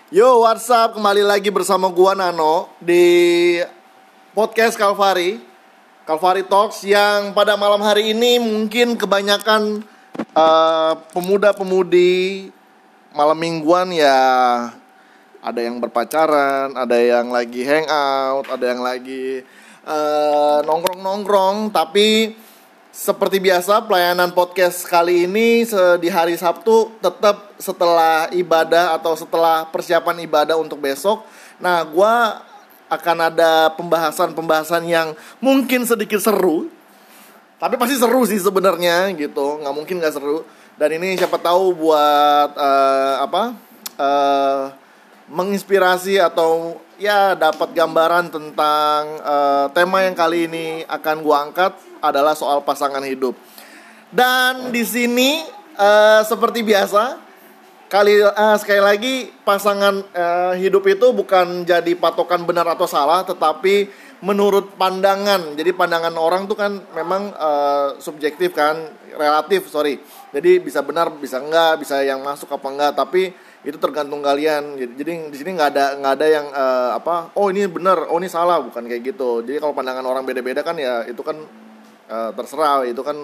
Yo, what's up? Kembali lagi bersama gua Nano di podcast Calvary Talks, yang pada malam hari ini mungkin kebanyakan pemuda-pemudi malam mingguan ya. Ada yang berpacaran, ada yang lagi hangout, ada yang lagi nongkrong-nongkrong. Tapi seperti biasa, pelayanan podcast kali ini di hari Sabtu tetap setelah ibadah atau setelah persiapan ibadah untuk besok. Nah, gue akan ada pembahasan yang mungkin sedikit seru, tapi pasti seru sih sebenarnya gitu, nggak mungkin nggak seru. Dan ini siapa tahu buat menginspirasi atau ya dapat gambaran tentang tema yang kali ini akan gue angkat adalah soal pasangan hidup. Dan di sini seperti biasa, sekali lagi pasangan hidup itu bukan jadi patokan benar atau salah, tetapi menurut pandangan. Jadi pandangan orang tuh kan memang subjektif kan, relatif, Jadi bisa benar, bisa enggak, bisa yang masuk apa enggak, tapi itu tergantung kalian. Jadi di sini nggak ada yang oh ini benar, oh ini salah, bukan kayak gitu. Jadi kalau pandangan orang beda-beda kan ya itu kan terserah, itu kan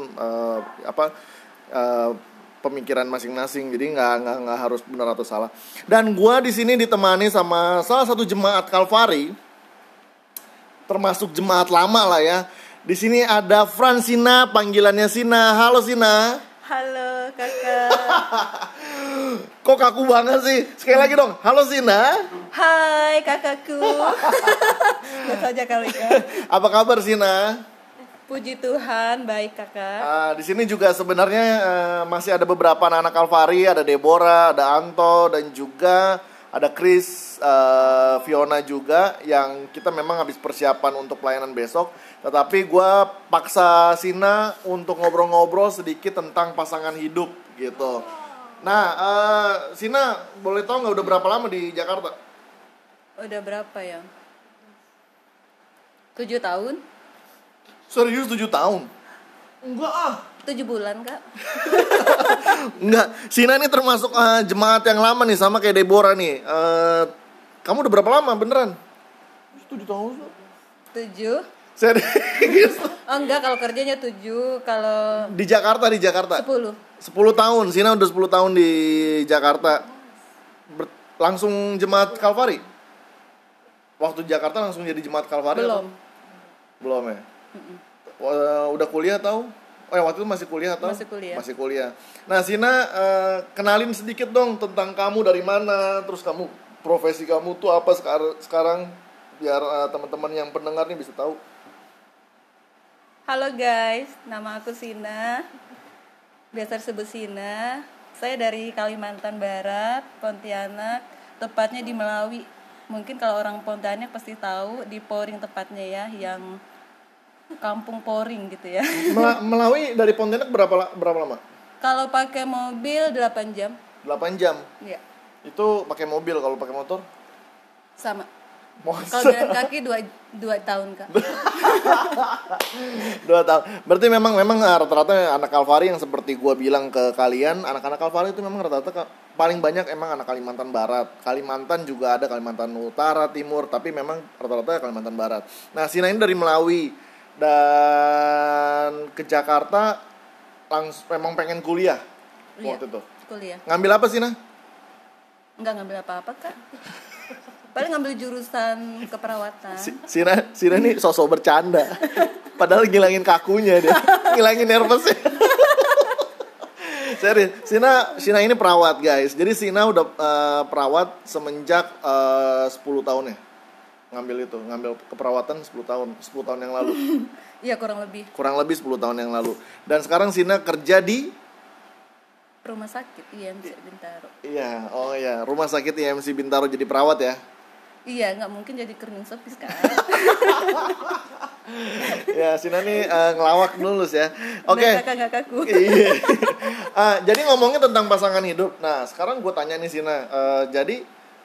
pemikiran masing-masing. Jadi nggak harus benar atau salah. Dan gue di sini ditemani sama salah satu jemaat Calvary, termasuk jemaat lama lah ya. Di sini ada Fransina, panggilannya Sina. Halo Sina. Halo kakak. Kok kaku banget sih? Sekali lagi dong. Halo Sina. Hai kakakku. Gak saja kali kak. Apa kabar Sina? Puji Tuhan, baik kakak. Di sini juga sebenarnya masih ada beberapa anak-anak Calvary, ada Deborah, ada Anto, dan juga ada Chris, Fiona juga, yang kita memang habis persiapan untuk pelayanan besok. Tetapi gue paksa Sina untuk ngobrol-ngobrol sedikit tentang pasangan hidup gitu. Nah, Sina boleh tahu nggak udah berapa lama di Jakarta? Udah berapa ya? 7 tahun? Serius 7 tahun? Enggak 7 bulan kak. Enggak, Sina ini termasuk jemaat yang lama nih, sama kayak Deborah nih. Kamu udah berapa lama beneran? 7 tahun. 7? Serius? Oh enggak, kalau kerjanya 7. Kalau Di Jakarta 10 tahun, Sina udah 10 tahun di Jakarta. Langsung jemaat Calvary? Waktu di Jakarta langsung jadi jemaat Calvary? Belum ya? Udah kuliah tau? Oh ya, waktu itu masih kuliah atau? Masih kuliah. Nah Sina, kenalin sedikit dong tentang kamu, dari mana, terus kamu, profesi kamu tuh apa sekarang, biar teman-teman yang pendengar nih bisa tahu. Halo guys, nama aku Sina. Biasa disebut Sina. Saya dari Kalimantan Barat, Pontianak, tepatnya di Melawi. Mungkin kalau orang Pontianak pasti tahu, di Poring tepatnya ya, yang Kampung Poring gitu ya. Melawi dari Pontianak berapa lama? Kalau pakai mobil 8 jam. 8 jam? Iya. Itu pakai mobil, kalau pakai motor? Sama. Masa? Kalau jalan kaki 2 tahun kak. 2 tahun. Berarti memang rata-rata anak Calvary yang seperti gue bilang ke kalian, anak-anak Calvary itu memang rata-rata paling banyak emang anak Kalimantan Barat. Kalimantan juga ada, Kalimantan Utara, Timur, tapi memang rata-rata Kalimantan Barat. Nah, Sina ini dari Melawi dan ke Jakarta langsung memang pengen kuliah. Iya, waktu itu. Kuliah. Ngambil apa Sina? Enggak ngambil apa-apa kak. Paling ngambil jurusan keperawatan. Sina ini sosok bercanda. Padahal ngilangin kakunya dia. Ngilangin nervousnya. Serius, Sina ini perawat guys. Jadi Sina udah perawat semenjak 10 tahun ya. Ngambil keperawatan 10 tahun yang lalu. Iya, kurang lebih 10 tahun yang lalu. Dan sekarang Sina kerja di rumah sakit IMC Bintaro. Iya, oh iya, rumah sakit IMC Bintaro jadi perawat ya. Iya, nggak mungkin jadi cleaning service kan. Ya, Sina nih ngelawak lulus ya. Oke. Kakak nggak kaku. Iya. Jadi ngomongin tentang pasangan hidup. Nah, sekarang gue tanya nih Sina. Jadi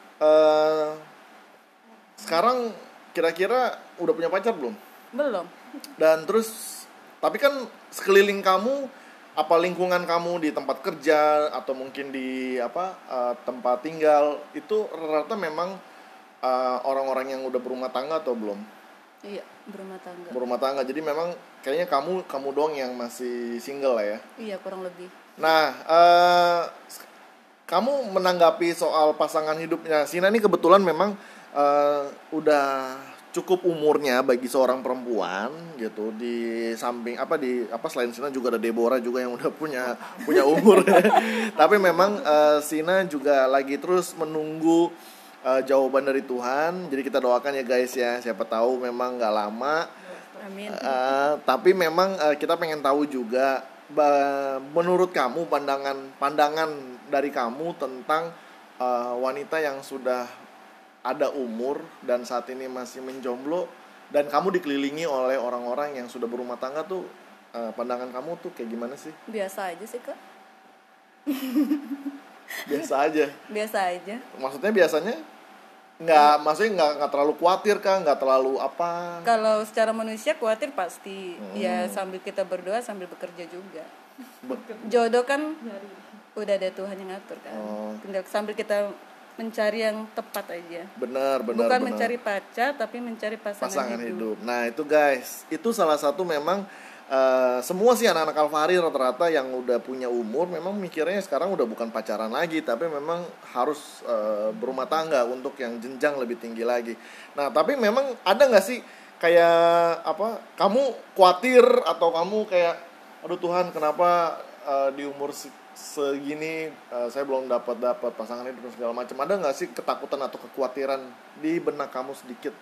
sekarang kira-kira udah punya pacar belum? Belum. Dan terus, tapi kan sekeliling kamu apa lingkungan kamu di tempat kerja atau mungkin di tempat tinggal itu rata-rata memang orang-orang yang udah berumah tangga atau belum? Iya, berumah tangga. Berumah tangga. Jadi memang kayaknya kamu doang yang masih single lah ya. Iya, kurang lebih. Nah, kamu menanggapi soal pasangan hidupnya Sina ini kebetulan memang udah cukup umurnya bagi seorang perempuan gitu. Di samping selain Sina juga ada Deborah juga yang udah punya umur. Tapi memang Sina juga lagi terus menunggu jawaban dari Tuhan. Jadi kita doakan ya guys ya. Siapa tahu memang nggak lama. Amin. Tapi memang kita pengen tahu juga menurut kamu pandangan dari kamu tentang wanita yang sudah ada umur dan saat ini masih menjomblo dan kamu dikelilingi oleh orang-orang yang sudah berumah tangga tuh, pandangan kamu tuh kayak gimana sih? Biasa aja sih, Kak. Biasa aja. Biasa aja. Maksudnya biasanya nggak terlalu khawatir kah, nggak terlalu apa? Kalau secara manusia khawatir pasti. Ya sambil kita berdoa sambil bekerja juga. Jodoh kan udah ada Tuhan yang ngatur kan. Tinggal sambil kita mencari yang tepat aja. Benar. Bukan mencari pacar tapi mencari pasangan hidup. Nah itu guys, itu salah satu memang semua sih anak-anak Kalvari rata-rata yang udah punya umur memang mikirnya sekarang udah bukan pacaran lagi, tapi memang harus berumah tangga untuk yang jenjang lebih tinggi lagi. Nah tapi memang ada nggak sih kayak kamu khawatir atau kamu kayak aduh Tuhan kenapa di umur segini saya belum dapat pasangan hidup dan segala macam. Ada nggak sih ketakutan atau kekhawatiran di benak kamu sedikit?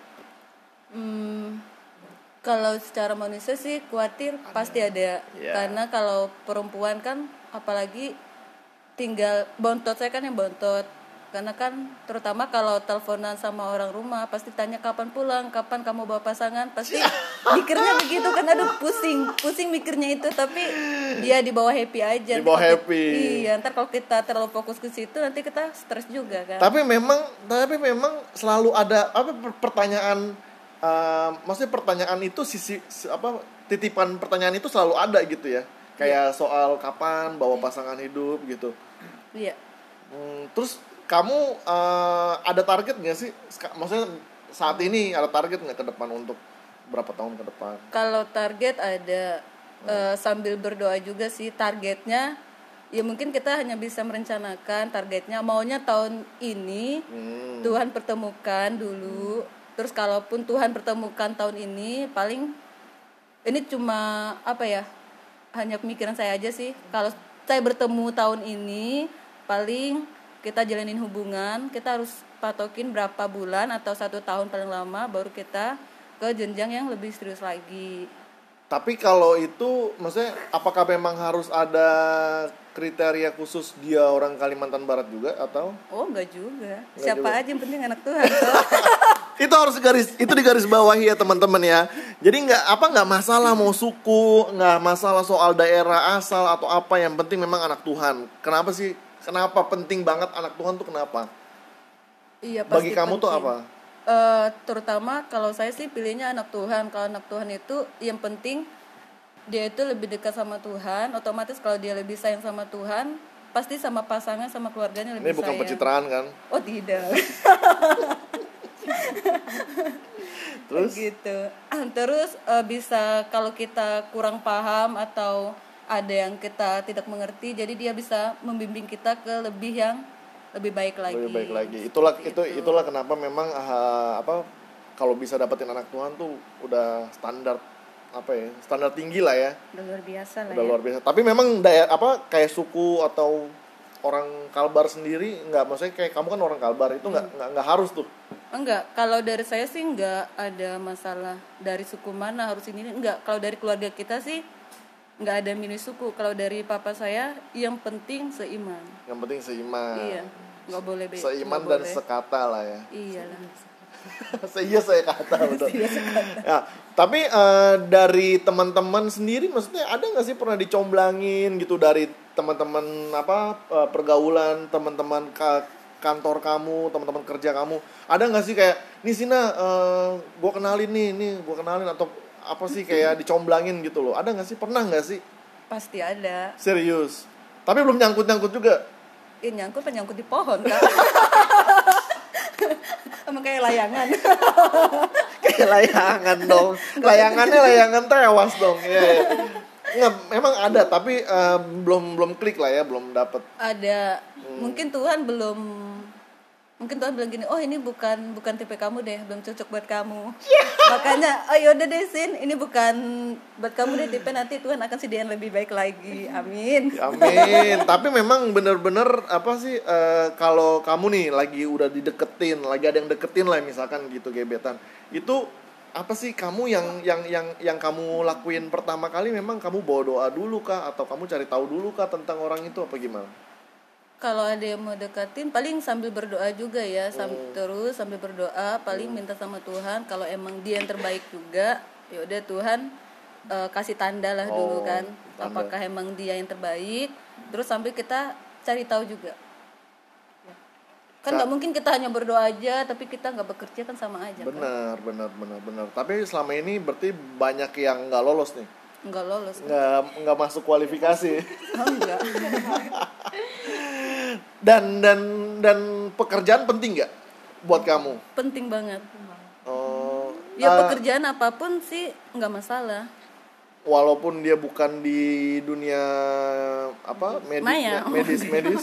Kalau secara manusia sih khawatir pasti ada. Karena kalau perempuan kan apalagi tinggal bontot, saya kan yang bontot. Karena kan terutama kalau teleponan sama orang rumah pasti tanya kapan pulang, kapan kamu bawa pasangan, pasti mikirnya begitu kan. Aduh pusing mikirnya itu, tapi dia dibawa happy aja. Dibawa happy. Iya, ntar kalau kita terlalu fokus ke situ nanti kita stres juga kan. Tapi memang selalu ada pertanyaan, maksudnya pertanyaan itu titipan pertanyaan itu selalu ada gitu ya. Kayak soal kapan bawa pasangan hidup gitu. Iya. Terus kamu ada target nggak sih? Maksudnya saat ini ada target nggak ke depan untuk berapa tahun ke depan? Kalau target ada, sambil berdoa juga sih targetnya. Ya mungkin kita hanya bisa merencanakan targetnya. Maunya tahun ini Tuhan pertemukan dulu. Terus kalaupun Tuhan pertemukan tahun ini, paling ini cuma hanya pemikiran saya aja sih. Kalau saya bertemu tahun ini, paling kita jalanin hubungan, kita harus patokin berapa bulan atau 1 tahun paling lama baru kita ke jenjang yang lebih serius lagi. Tapi kalau itu maksudnya apakah memang harus ada kriteria khusus dia orang Kalimantan Barat juga atau? Oh, enggak juga. Siapa aja yang penting anak Tuhan. Itu digaris bawahi ya teman-teman ya. Jadi nggak masalah mau suku, nggak masalah soal daerah asal atau apa, yang penting memang anak Tuhan. Kenapa sih? Kenapa penting banget anak Tuhan tuh kenapa? Iya, pasti bagi kamu penting. tuh apa? Terutama kalau saya sih pilihnya anak Tuhan. Kalau anak Tuhan itu yang penting dia itu lebih dekat sama Tuhan. Otomatis kalau dia lebih sayang sama Tuhan, pasti sama pasangan sama keluarganya lebih sayang. Ini bukan pencitraan kan? Oh tidak. Terus? Gitu. Terus bisa kalau kita kurang paham atau ada yang kita tidak mengerti, jadi dia bisa membimbing kita ke lebih baik lagi. Lebih baik lagi. Itulah kenapa memang kalau bisa dapetin anak Tuhan tuh udah standar standar tinggi lah ya. Udah luar biasa lah. Udah luar biasa. Tapi memang kayak suku atau orang Kalbar sendiri maksudnya kayak kamu kan orang Kalbar itu nggak harus tuh. Enggak, kalau dari saya sih enggak ada masalah dari suku mana harus ini enggak. Kalau dari keluarga kita sih nggak ada mini suku. Kalau dari papa saya yang penting seiman. Yang penting seiman. Iya, nggak boleh seiman dan sekata lah ya. Iya lah. saya kata betul. Ya, tapi dari teman-teman sendiri, maksudnya ada nggak sih pernah dicomblangin gitu dari teman-teman pergaulan, teman-teman kantor kamu, teman-teman kerja kamu, ada nggak sih kayak nih Sina, gue kenalin atau apa sih kayak dicomblangin gitu loh, ada nggak sih, pernah nggak sih? Pasti ada. Serius. Tapi belum nyangkut-nyangkut juga. Nyangkut penyangkut di pohon kan. Emang kayak layangan. Kayak layangan dong. Layangannya layangan tewas dong. Ya. Nggak, memang ada tapi belum klik lah ya, belum dapet. Ada. Mungkin Tuhan bilang gini, oh ini bukan tipe kamu deh, belum cocok buat kamu. Makanya, oh yaudah deh Sin, ini bukan buat kamu deh tipe, nanti Tuhan akan sediain lebih baik lagi. Amin. Amin. Tapi memang bener-bener apa sih, kalau kamu nih lagi udah dideketin, lagi ada yang deketin lah misalkan gitu, gebetan. Itu apa sih kamu yang kamu lakuin pertama kali, memang kamu bawa doa dulu kah, atau kamu cari tahu dulu kah tentang orang itu, apa gimana? Kalau ada yang mau deketin, paling sambil berdoa juga ya, terus sambil berdoa, paling minta sama Tuhan. Kalau emang dia yang terbaik juga, ya udah Tuhan kasih tanda lah dulu kan, tanda. apakah emang dia yang terbaik. Terus sambil kita cari tahu juga. Kan nggak mungkin kita hanya berdoa aja, tapi kita nggak bekerja kan sama aja. Benar. Tapi selama ini berarti banyak yang nggak lolos nih. Nggak lolos. Nggak masuk kualifikasi. Oh enggak. Dan pekerjaan penting nggak buat kamu? Penting banget. Oh, ya pekerjaan apapun sih nggak masalah. Walaupun dia bukan di dunia apa medis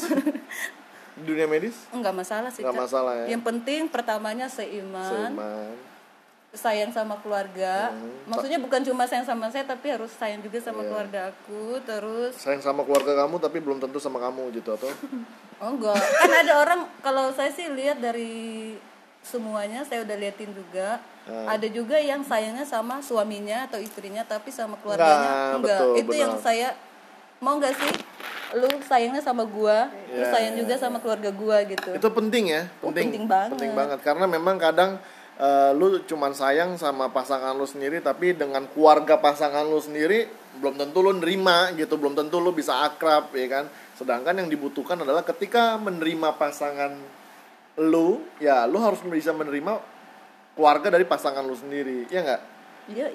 dunia medis nggak masalah sih. Nggak masalah ya. Yang penting pertamanya seiman. Sayang sama keluarga. Maksudnya bukan cuma sayang sama saya, tapi harus sayang juga sama keluarga aku. Terus sayang sama keluarga kamu tapi belum tentu sama kamu gitu, atau? Oh enggak. Kan ada orang, kalau saya sih lihat dari semuanya, saya udah liatin juga. Ada juga yang sayangnya sama suaminya atau istrinya, tapi sama keluarganya enggak. Betul, itu benar. Yang saya mau nggak sih, lu sayangnya sama gua, lu sayang juga sama keluarga gua gitu. Itu penting ya, penting banget. Karena memang kadang lu cuman sayang sama pasangan lu sendiri, tapi dengan keluarga pasangan lu sendiri belum tentu lu nerima gitu, belum tentu lu bisa akrab, ya kan. Sedangkan yang dibutuhkan adalah ketika menerima pasangan lu, ya lu harus bisa menerima keluarga dari pasangan lu sendiri, ya nggak? Iya.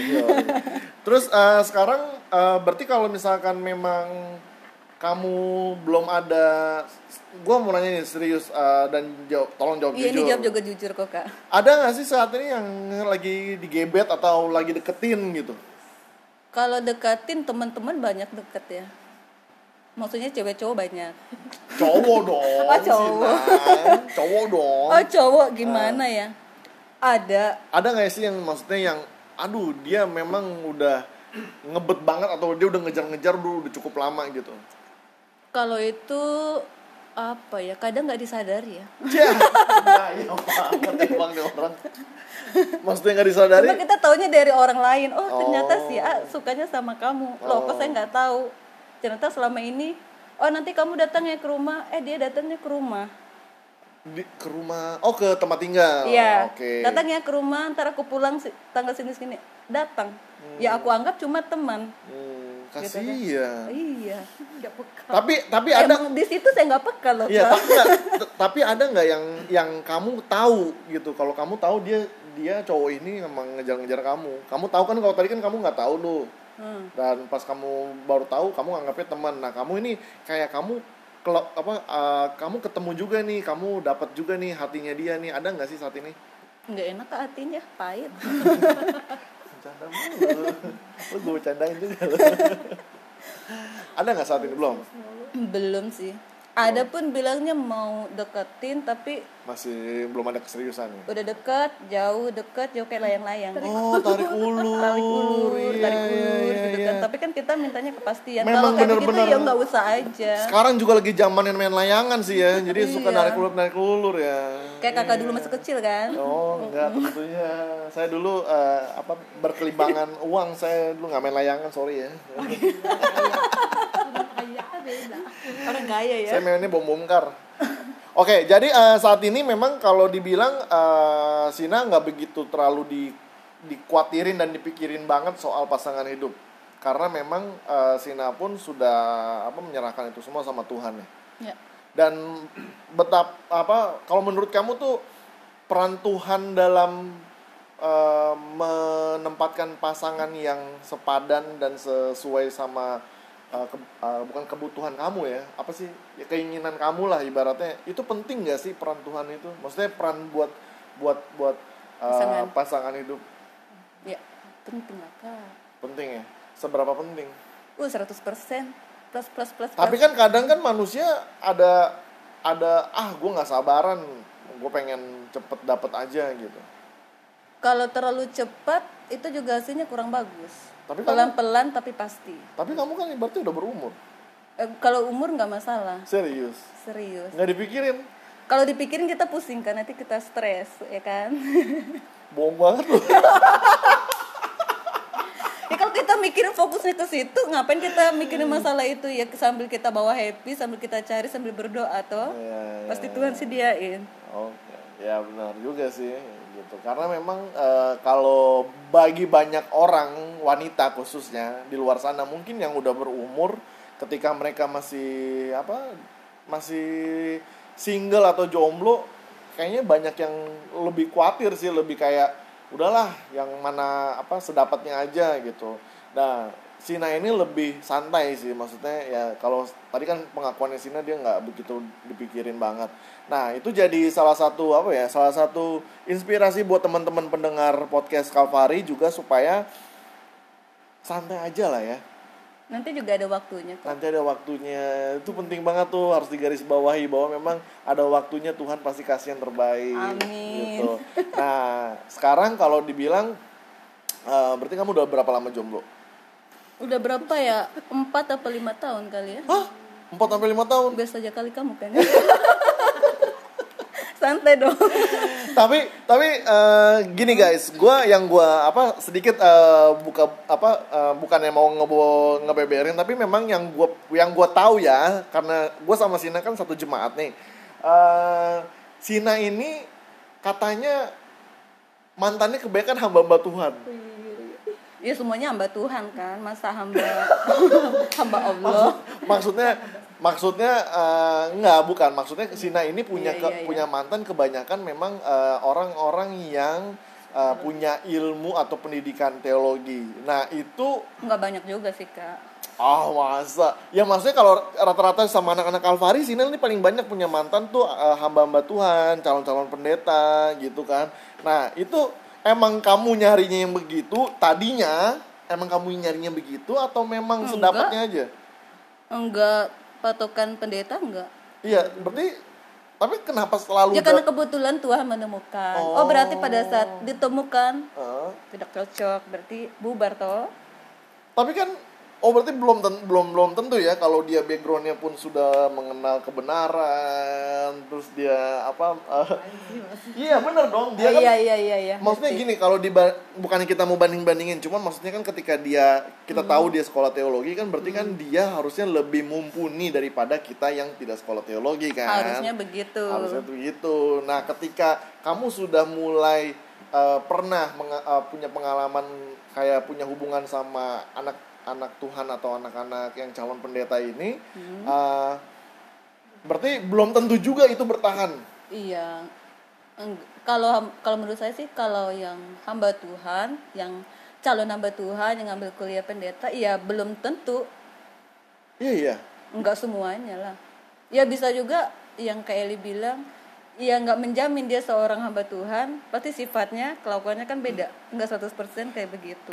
Terus sekarang berarti kalau misalkan memang kamu belum ada, gue mau nanya nih serius, dan tolong jawab jujur. Iya, ini jawab juga jujur kok Kak. Ada nggak sih saat ini yang lagi digebet atau lagi deketin gitu? Kalau deketin, teman-teman banyak deket ya. Maksudnya cewek cowok banyak. Cowok dong. Oh cowok. Cowok dong. Oh cowok gimana ya? Ada nggak sih yang maksudnya yang aduh dia memang udah ngebet banget, atau dia udah ngejar-ngejar udah cukup lama gitu? Kalau itu apa ya, kadang nggak disadari ya. Ya banget emang nih orang. Maksudnya nggak disadari? Cuma kita taunya dari orang lain. Oh ternyata si A sukanya sama kamu. Loh kok saya nggak tahu. Ternyata selama ini, oh nanti kamu datangnya ke rumah. Dia datangnya ke rumah. Ke rumah, ke tempat tinggal. Iya. Okay. Datangnya ke rumah, ntar aku pulang tanggal sini datang. Ya aku anggap cuma teman. Kasihan. Gitu kan? Iya. Nggak peka. Tapi ada. Emang di situ saya nggak peka loh. Iya, tapi ada nggak yang kamu tahu gitu? Kalau kamu tahu dia cowok ini emang ngejar-ngejar kamu. Kamu tahu kan, kalau tadi kan kamu nggak tahu tuh. Dan pas kamu baru tahu, kamu anggapnya teman. Nah kamu ini kayak kamu kamu ketemu juga nih, kamu dapat juga nih hatinya dia nih. Ada nggak sih saat ini? Nggak enak Kak, hatinya pahit. Bercanda mulu. Lu gue bercandain juga lu. Ada nggak saat ini? Belum sih. Ada pun bilangnya mau deketin, tapi masih belum ada keseriusan ya? Udah deket, jauh kayak layang-layang. Tarik ulur gitu kan. Tapi kan kita mintanya kepastian. Kalau kayak begitu ya nggak usah aja. Sekarang juga lagi zaman main layangan sih ya. Jadi suka narik ulur ya. Kayak kakak dulu masih kecil kan? Oh enggak, tentunya. Saya dulu berkelibangan uang. Saya dulu nggak main layangan, sorry ya. Orang kaya ya. Saya mainnya bom-bomkar. Oke, jadi saat ini memang kalau dibilang Sina nggak begitu terlalu dikuatirin dan dipikirin banget soal pasangan hidup, karena memang Sina pun sudah menyerahkan itu semua sama Tuhan ya. Dan betapa kalau menurut kamu tuh peran Tuhan dalam menempatkan pasangan yang sepadan dan sesuai sama bukan kebutuhan kamu ya, apa sih ya, keinginan kamu lah ibaratnya. Itu penting nggak sih peran Tuhan itu? Maksudnya peran buat pasangan hidup. Ya penting lah Kak. Penting ya. Seberapa penting? 100%. Plus. Tapi kan kadang kan manusia ada gue nggak sabaran, gue pengen cepet dapet aja gitu. Kalau terlalu cepat itu juga hasilnya kurang bagus. Tapi pelan-pelan tapi pasti. Tapi kamu kan ibaratnya udah berumur. Kalau umur nggak masalah. Serius. Nggak dipikirin. Kalau dipikirin kita pusing kan, nanti kita stres ya kan. Bohong banget loh. Ya kalau kita mikirin fokusnya ke situ, ngapain kita mikirin masalah itu ya, sambil kita bawa happy, sambil kita cari, sambil berdoa toh. Ya, pasti Tuhan sediain. Oke. Ya benar juga sih gitu. Karena memang kalau bagi banyak orang, wanita khususnya di luar sana mungkin yang udah berumur, ketika mereka masih single atau jomblo, kayaknya banyak yang lebih khawatir sih, lebih kayak udahlah yang mana sedapatnya aja gitu. Nah, Sina ini lebih santai sih, maksudnya ya kalau tadi kan pengakuannya Sina dia nggak begitu dipikirin banget. Nah, itu jadi salah satu inspirasi buat teman-teman pendengar podcast Kalvari juga supaya santai aja lah ya. Nanti juga ada waktunya kok. Nanti ada waktunya. Itu penting banget tuh, harus digarisbawahi bahwa memang ada waktunya, Tuhan pasti kasih yang terbaik. Amin. Gitu. Nah, sekarang kalau dibilang berarti kamu udah berapa lama jomblo? Udah berapa ya? 4 atau 5 tahun kali ya? Hah? 4 sampai 5 tahun? Biasa aja kali kamu kan. Santai dong. tapi gini guys, gue sedikit bukannya mau ngebeberin, tapi memang yang gue tahu ya, karena gue sama Sina kan satu jemaat nih. Sina ini katanya mantannya kebanyakan hamba Tuhan. Ya semuanya hamba Tuhan kan, masa hamba Allah. Maksudnya bukan. Maksudnya Sina ini punya mantan kebanyakan memang orang-orang yang punya ilmu atau pendidikan teologi. Nah, itu nggak banyak juga sih, Kak. Masa? Ya maksudnya kalau rata-rata sama anak-anak Kalvari, Sina ini paling banyak punya mantan tuh hamba-hamba Tuhan, calon-calon pendeta gitu kan. Nah, itu emang kamu nyarinya yang begitu tadinya? Emang kamu nyarinya begitu atau memang sedapatnya aja? Enggak, patokan pendeta enggak. Iya, berarti tapi kenapa selalu ya karena kebetulan Tuhan menemukan. Oh berarti pada saat ditemukan tidak cocok, berarti bubar toh. Tapi kan berarti belum tentu ya, kalau dia backgroundnya pun sudah mengenal kebenaran, terus dia iya benar dong dia kan. Iya. Maksudnya gini, kalau bukannya kita mau bandingin, cuman maksudnya kan ketika kita tahu dia sekolah teologi kan, berarti kan dia harusnya lebih mumpuni daripada kita yang tidak sekolah teologi kan. Harusnya begitu. Nah, ketika kamu sudah mulai pernah punya pengalaman kayak punya hubungan sama anak Tuhan atau anak-anak yang calon pendeta ini, berarti belum tentu juga itu bertahan. Iya. Kalau menurut saya sih, kalau yang hamba Tuhan, yang calon hamba Tuhan yang ngambil kuliah pendeta, iya belum tentu. Iya. Enggak semuanya lah. Ya bisa juga yang kayak Eli bilang, ya nggak menjamin dia seorang hamba Tuhan, pasti sifatnya, kelakuannya kan beda. Enggak 100% kayak begitu.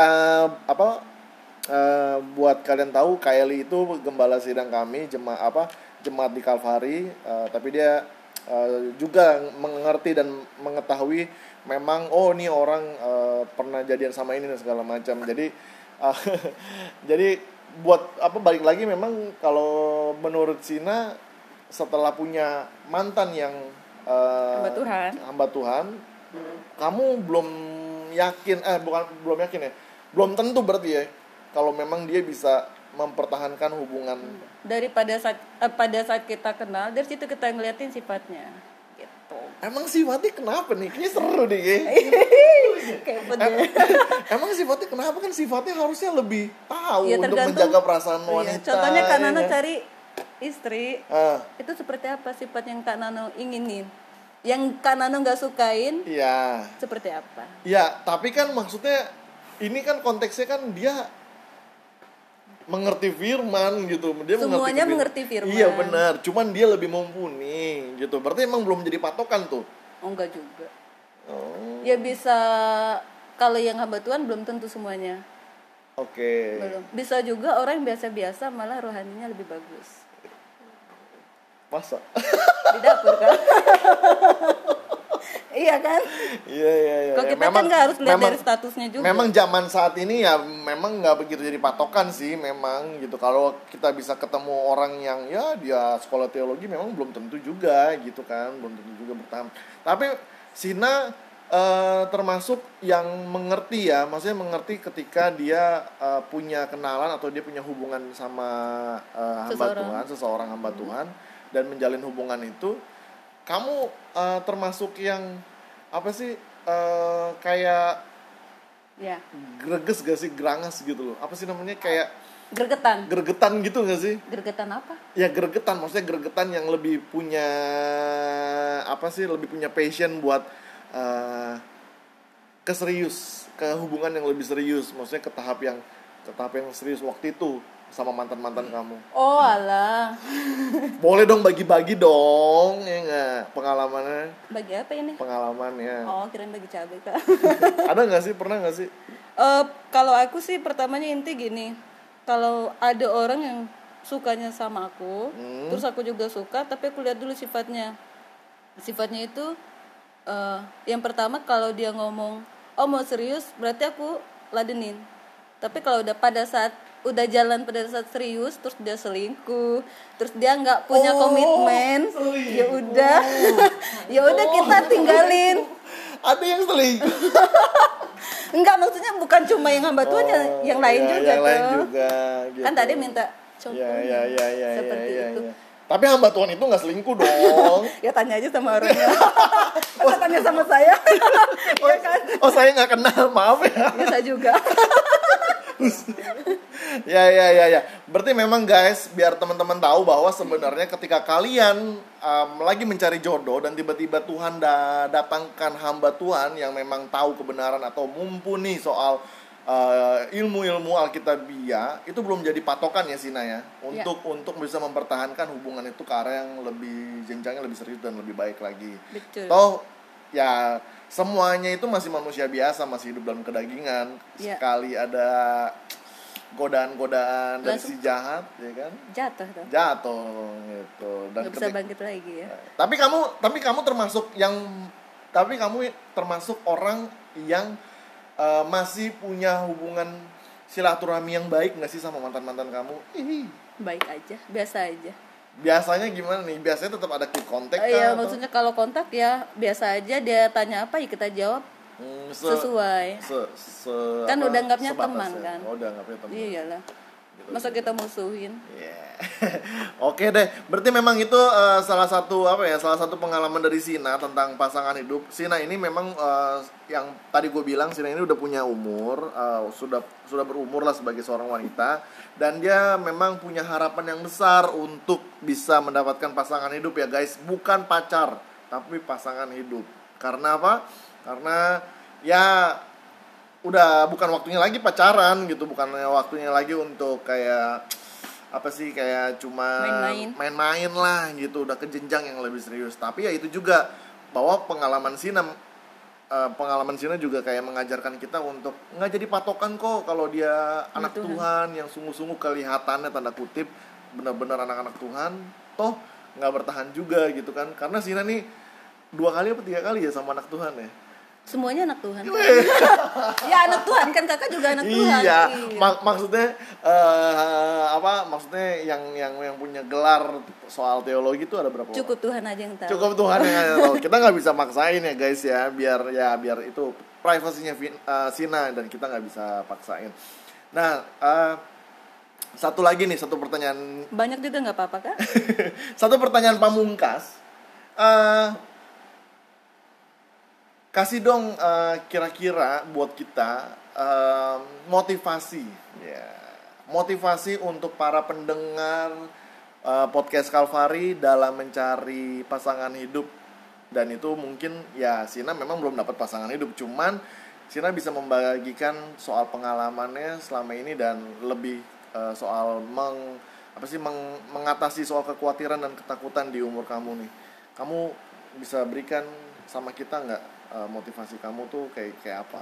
Buat kalian tahu, Kylie itu gembala sidang kami, jemaat di Kalvari, tapi dia juga mengerti dan mengetahui memang ini orang pernah jadian sama ini dan segala macam. Jadi jadi buat balik lagi, memang kalau menurut Sina setelah punya mantan yang hamba Tuhan, kamu belum yakin belum tentu berarti ya, kalau memang dia bisa mempertahankan hubungan. Pada saat kita kenal, dari situ kita ngeliatin sifatnya gitu. Emang sifatnya kenapa nih? Kayaknya seru nih Emang sifatnya kenapa? Kan sifatnya harusnya lebih tahu untuk menjaga perasaan wanita. Contohnya Kak Nano cari istri, itu seperti apa sifat yang Kak Nano inginin, yang Kak Nano gak sukain, seperti apa? Ya, tapi kan maksudnya ini kan konteksnya kan dia mengerti firman gitu. Dia Semuanya mengerti firman. Iya benar, cuman dia lebih mumpuni gitu. Berarti emang belum jadi patokan tuh. Oh, enggak juga. Oh. Ya bisa, kalau yang hamba Tuhan belum tentu semuanya. Oke. Belum. Bisa juga orang yang biasa-biasa malah rohaninya lebih bagus. Masa? Di dapur kan? Iya kan? Iya. Kalau kita kan nggak harus lihat dari statusnya juga. Memang zaman saat ini ya memang nggak begitu jadi patokan sih memang gitu. Kalau kita bisa ketemu orang yang ya dia sekolah teologi memang belum tentu juga gitu kan, belum tentu juga bertahan. Tapi Sina termasuk yang mengerti ya, maksudnya mengerti ketika dia punya kenalan atau dia punya hubungan sama hamba Tuhan, seseorang hamba Tuhan, dan menjalin hubungan itu. Kamu termasuk yang apa sih kayak ya, greges gak sih, gerangas gitu loh, apa sih namanya, kayak gregetan gitu gak sih? Gregetan apa? Ya gregetan, maksudnya gregetan yang lebih punya apa sih, lebih punya passion buat ke hubungan yang lebih serius, maksudnya ke tahap yang serius waktu itu sama mantan kamu. Oh alah. Boleh dong bagi-bagi dong, ya nggak, pengalamannya? Bagi apa ini? Pengalamannya. Oh, kirain bagi cabai Kak. Ada nggak sih, pernah nggak sih? Kalau aku sih pertamanya inti gini, kalau ada orang yang sukanya sama aku, terus aku juga suka, tapi aku lihat dulu sifatnya. Sifatnya itu yang pertama, kalau dia ngomong, oh mau serius, berarti aku ladenin. Tapi kalau udah jalan pada saat serius, terus dia selingkuh, terus dia nggak punya komitmen, ya udah, ya udah kita tinggalin. Ada yang selingkuh? Enggak, maksudnya bukan cuma yang hamba Tuhan, yang lain juga yang tuh. Lain juga, gitu. Kan tadi minta contohnya, seperti itu. Tapi hamba Tuhan itu nggak selingkuh dong. Ya tanya aja sama orangnya. Masa tanya sama saya? Ya kan? Oh saya nggak kenal, maaf ya. Ya saya juga. Ya. Berarti memang guys, biar teman-teman tahu bahwa sebenarnya ketika kalian lagi mencari jodoh dan tiba-tiba Tuhan datangkan hamba Tuhan yang memang tahu kebenaran atau mumpuni soal ilmu-ilmu Alkitabiah, itu belum jadi patokan ya Sina ya, untuk bisa mempertahankan hubungan itu ke arah yang lebih, jenjangnya lebih serius dan lebih baik lagi. Betul. Toh ya semuanya itu masih manusia biasa, masih hidup dalam kedagingan. Sekali ada godaan-godaan dari si jahat, ya kan? Jatuh gitu. Dan nggak bisa bangkit lagi ya. Tapi kamu termasuk orang yang masih punya hubungan silaturahmi yang baik nggak sih sama mantan kamu? Baik aja, biasa aja. Biasanya gimana nih? Biasanya tetap ada keep kontak kah? Iya, maksudnya kalau kontak ya biasa aja, dia tanya apa ya kita jawab sesuai. Kan udah anggapnya teman kan? Oh, udah anggapnya teman. Iyalah. Masa kita musuhin? Oke deh, berarti memang itu salah satu pengalaman dari Sina tentang pasangan hidup. Sina ini memang yang tadi gue bilang, Sina ini udah punya umur, sudah berumur lah sebagai seorang wanita, dan dia memang punya harapan yang besar untuk bisa mendapatkan pasangan hidup ya guys, bukan pacar, tapi pasangan hidup. Karena apa? Karena ya udah bukan waktunya lagi pacaran gitu, bukan waktunya lagi untuk kayak apa sih, kayak cuma main-main lah gitu, udah ke jenjang yang lebih serius. Tapi ya itu juga bahwa pengalaman Sina juga kayak mengajarkan kita untuk nggak jadi patokan kok kalau dia anak Tuhan yang sungguh-sungguh kelihatannya tanda kutip benar-benar anak-anak Tuhan, toh nggak bertahan juga gitu kan. Karena Sina nih 2 kali apa 3 kali ya sama anak Tuhan ya. Semuanya anak Tuhan. Ya anak Tuhan kan, kakak juga anak Tuhan. Iya. Maksudnya maksudnya yang punya gelar soal teologi itu ada berapa? Cukup Tuhan aja yang tahu. Cukup Tuhan yang tahu. Kita nggak bisa maksain ya guys ya, biar itu privasinya Sina dan kita nggak bisa paksain. Nah, satu pertanyaan. Banyak juga nggak apa-apa kan? Satu pertanyaan pamungkas. Kasih dong kira-kira buat kita motivasi untuk para pendengar podcast Kalvari dalam mencari pasangan hidup. Dan itu mungkin ya Sina memang belum dapat pasangan hidup, cuman Sina bisa membagikan soal pengalamannya selama ini dan lebih soal mengatasi soal kekhawatiran dan ketakutan di umur kamu nih. Kamu bisa berikan sama kita nggak motivasi kamu tuh kayak apa?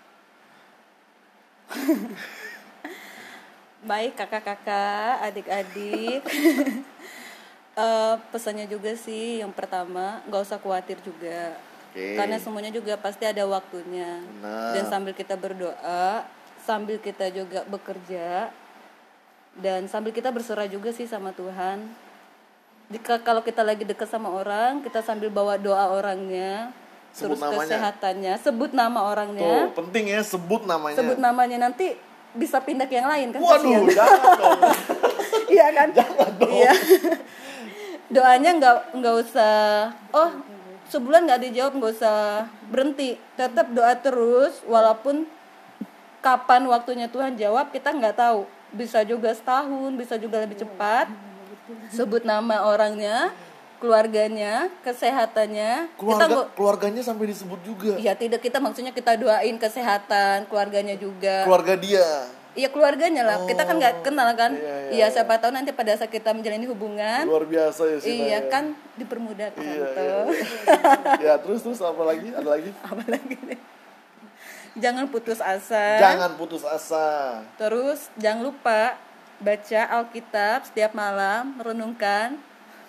Baik kakak-kakak, adik-adik. Pesannya juga sih yang pertama, nggak usah khawatir juga. Karena semuanya juga pasti ada waktunya. Benar. Dan sambil kita berdoa, sambil kita juga bekerja, dan sambil kita berserah juga sih sama Tuhan. Jika kalau kita lagi dekat sama orang, kita sambil bawa doa orangnya, Sebut terus namanya. kesehatannya, sebut nama orangnya. Tuh, penting ya, sebut namanya. Sebut namanya, nanti bisa pindah ke yang lain kan. Waduh, kasihan. jangan dong. Iya kan? Jangan dong. Iya. Doanya nggak usah, oh sebulan nggak dijawab, nggak usah berhenti, tetap doa terus walaupun kapan waktunya Tuhan jawab kita nggak tahu, bisa juga setahun, bisa juga lebih cepat. Sebut nama orangnya, keluarganya, kesehatannya. Keluarganya sampai disebut juga. Iya, tidak, kita maksudnya kita doain kesehatan keluarganya juga. Keluarga dia. Iya, keluarganya lah. Kita kan nggak kenal kan. Iya, Siapa tahu nanti pada saat kita menjalani hubungan. Luar biasa ya sih. Iya kan, dipermudahkan tuh. Ya, terus apa lagi? Ada lagi? Apa lagi nih? Jangan putus asa. Jangan putus asa. Terus jangan lupa baca Alkitab setiap malam, renungkan.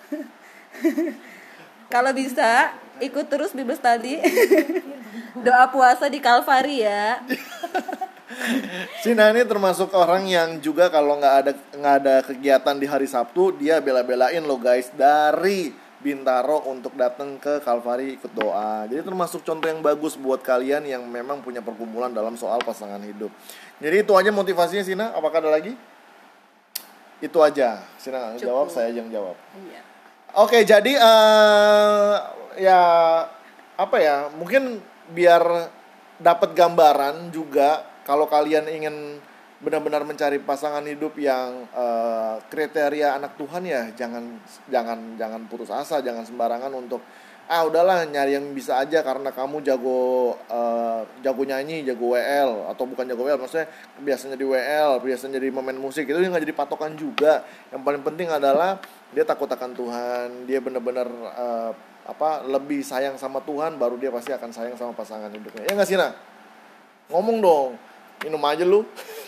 Kalau bisa ikut terus Bible study. Doa puasa di Kalvari ya. Sina ini termasuk orang yang juga kalau nggak ada kegiatan di hari Sabtu, dia bela-belain loh guys, dari Bintaro untuk datang ke Kalvari ikut doa. Jadi termasuk contoh yang bagus buat kalian yang memang punya pergumulan dalam soal pasangan hidup. Jadi itu aja motivasinya Sina. Apakah ada lagi? Itu aja. Sina nggak jawab, saya yang jawab. Iya. Oke, jadi ya apa ya? Mungkin biar dapat gambaran juga, kalau kalian ingin benar-benar mencari pasangan hidup yang kriteria anak Tuhan, ya jangan putus asa, jangan sembarangan untuk udahlah nyari yang bisa aja karena kamu jago nyanyi, jago WL, atau bukan jago WL, maksudnya biasanya di WL, biasanya jadi pemain musik, itu nggak jadi patokan juga. Yang paling penting adalah dia takut akan Tuhan, dia benar-benar lebih sayang sama Tuhan, baru dia pasti akan sayang sama pasangan hidupnya. Ya nggak sih, Nah? Ngomong dong, minum aja lu.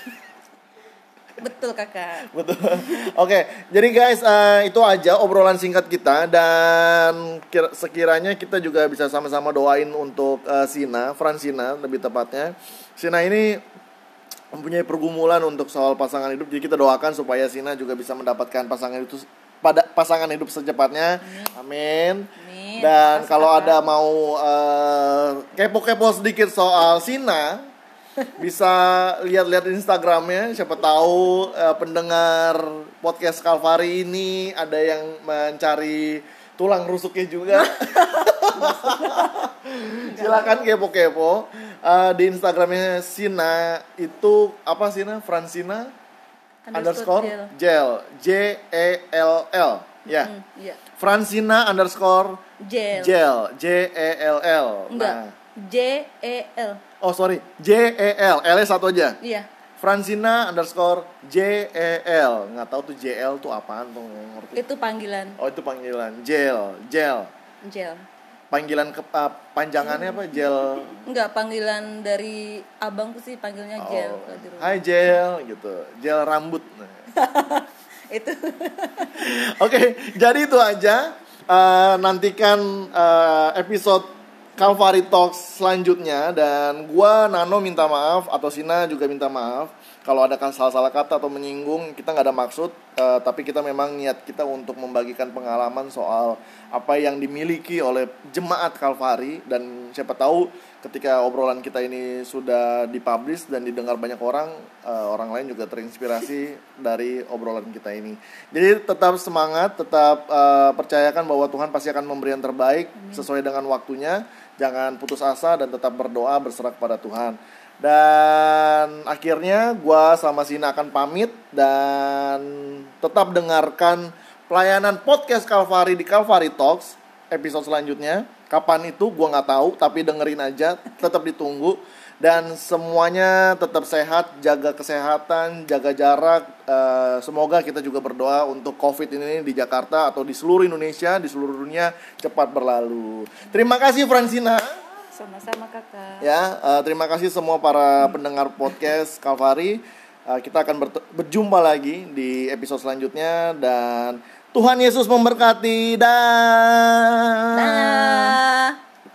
Betul kakak. Betul. Oke, jadi guys, itu aja obrolan singkat kita, dan sekiranya kita juga bisa sama-sama doain untuk Fransina lebih tepatnya. Sina ini mempunyai pergumulan untuk soal pasangan hidup, jadi kita doakan supaya Sina juga bisa mendapatkan pasangan hidup secepatnya. Amin. Dan kalau ada mau kepo-kepo sedikit soal Sina, bisa lihat-lihat Instagramnya. Siapa tahu pendengar podcast Kalvari ini ada yang mencari tulang rusuknya juga. Silakan kepo-kepo di Instagramnya Sina. Itu apa Sina? Fransina _ Jell, JELL ya. Iya. Fransina _ Jell, JELL. Enggak, JEL. Oh sorry, JEL, L-nya satu aja. Iya. Fransina _ JEL. Nggak tahu tuh JL tuh apaan tuh, nggak ngerti. Itu panggilan. Oh itu panggilan. Jel. Panggilan panjangannya apa? Jel. Enggak, panggilan dari abangku sih panggilnya Jel. Hai Jel gitu. Jel rambut. Itu. Oke, jadi itu aja. Nantikan episode Kalvari Talks selanjutnya, dan gua Nano minta maaf, atau Sina juga minta maaf kalau ada salah-salah kata atau menyinggung. Kita nggak ada maksud, tapi kita memang niat kita untuk membagikan pengalaman soal apa yang dimiliki oleh jemaat Kalvari, dan siapa tahu ketika obrolan kita ini sudah dipublish dan didengar banyak orang, orang lain juga terinspirasi dari obrolan kita ini. Jadi tetap semangat, tetap percayakan bahwa Tuhan pasti akan memberi yang terbaik sesuai dengan waktunya. Jangan putus asa dan tetap berdoa, berserah kepada Tuhan. Dan akhirnya gue sama Sina akan pamit, dan tetap dengarkan pelayanan podcast Kalvari di Kalvari Talks episode selanjutnya. Kapan itu gue nggak tahu, tapi dengerin aja, tetap ditunggu. Dan semuanya tetap sehat, jaga kesehatan, jaga jarak. Semoga kita juga berdoa untuk COVID ini di Jakarta atau di seluruh Indonesia, di seluruh dunia cepat berlalu. Terima kasih Francina. Sama-sama kakak. Ya, terima kasih semua para pendengar podcast Kalvari. Kita akan berjumpa lagi di episode selanjutnya dan Tuhan Yesus memberkati. Dah.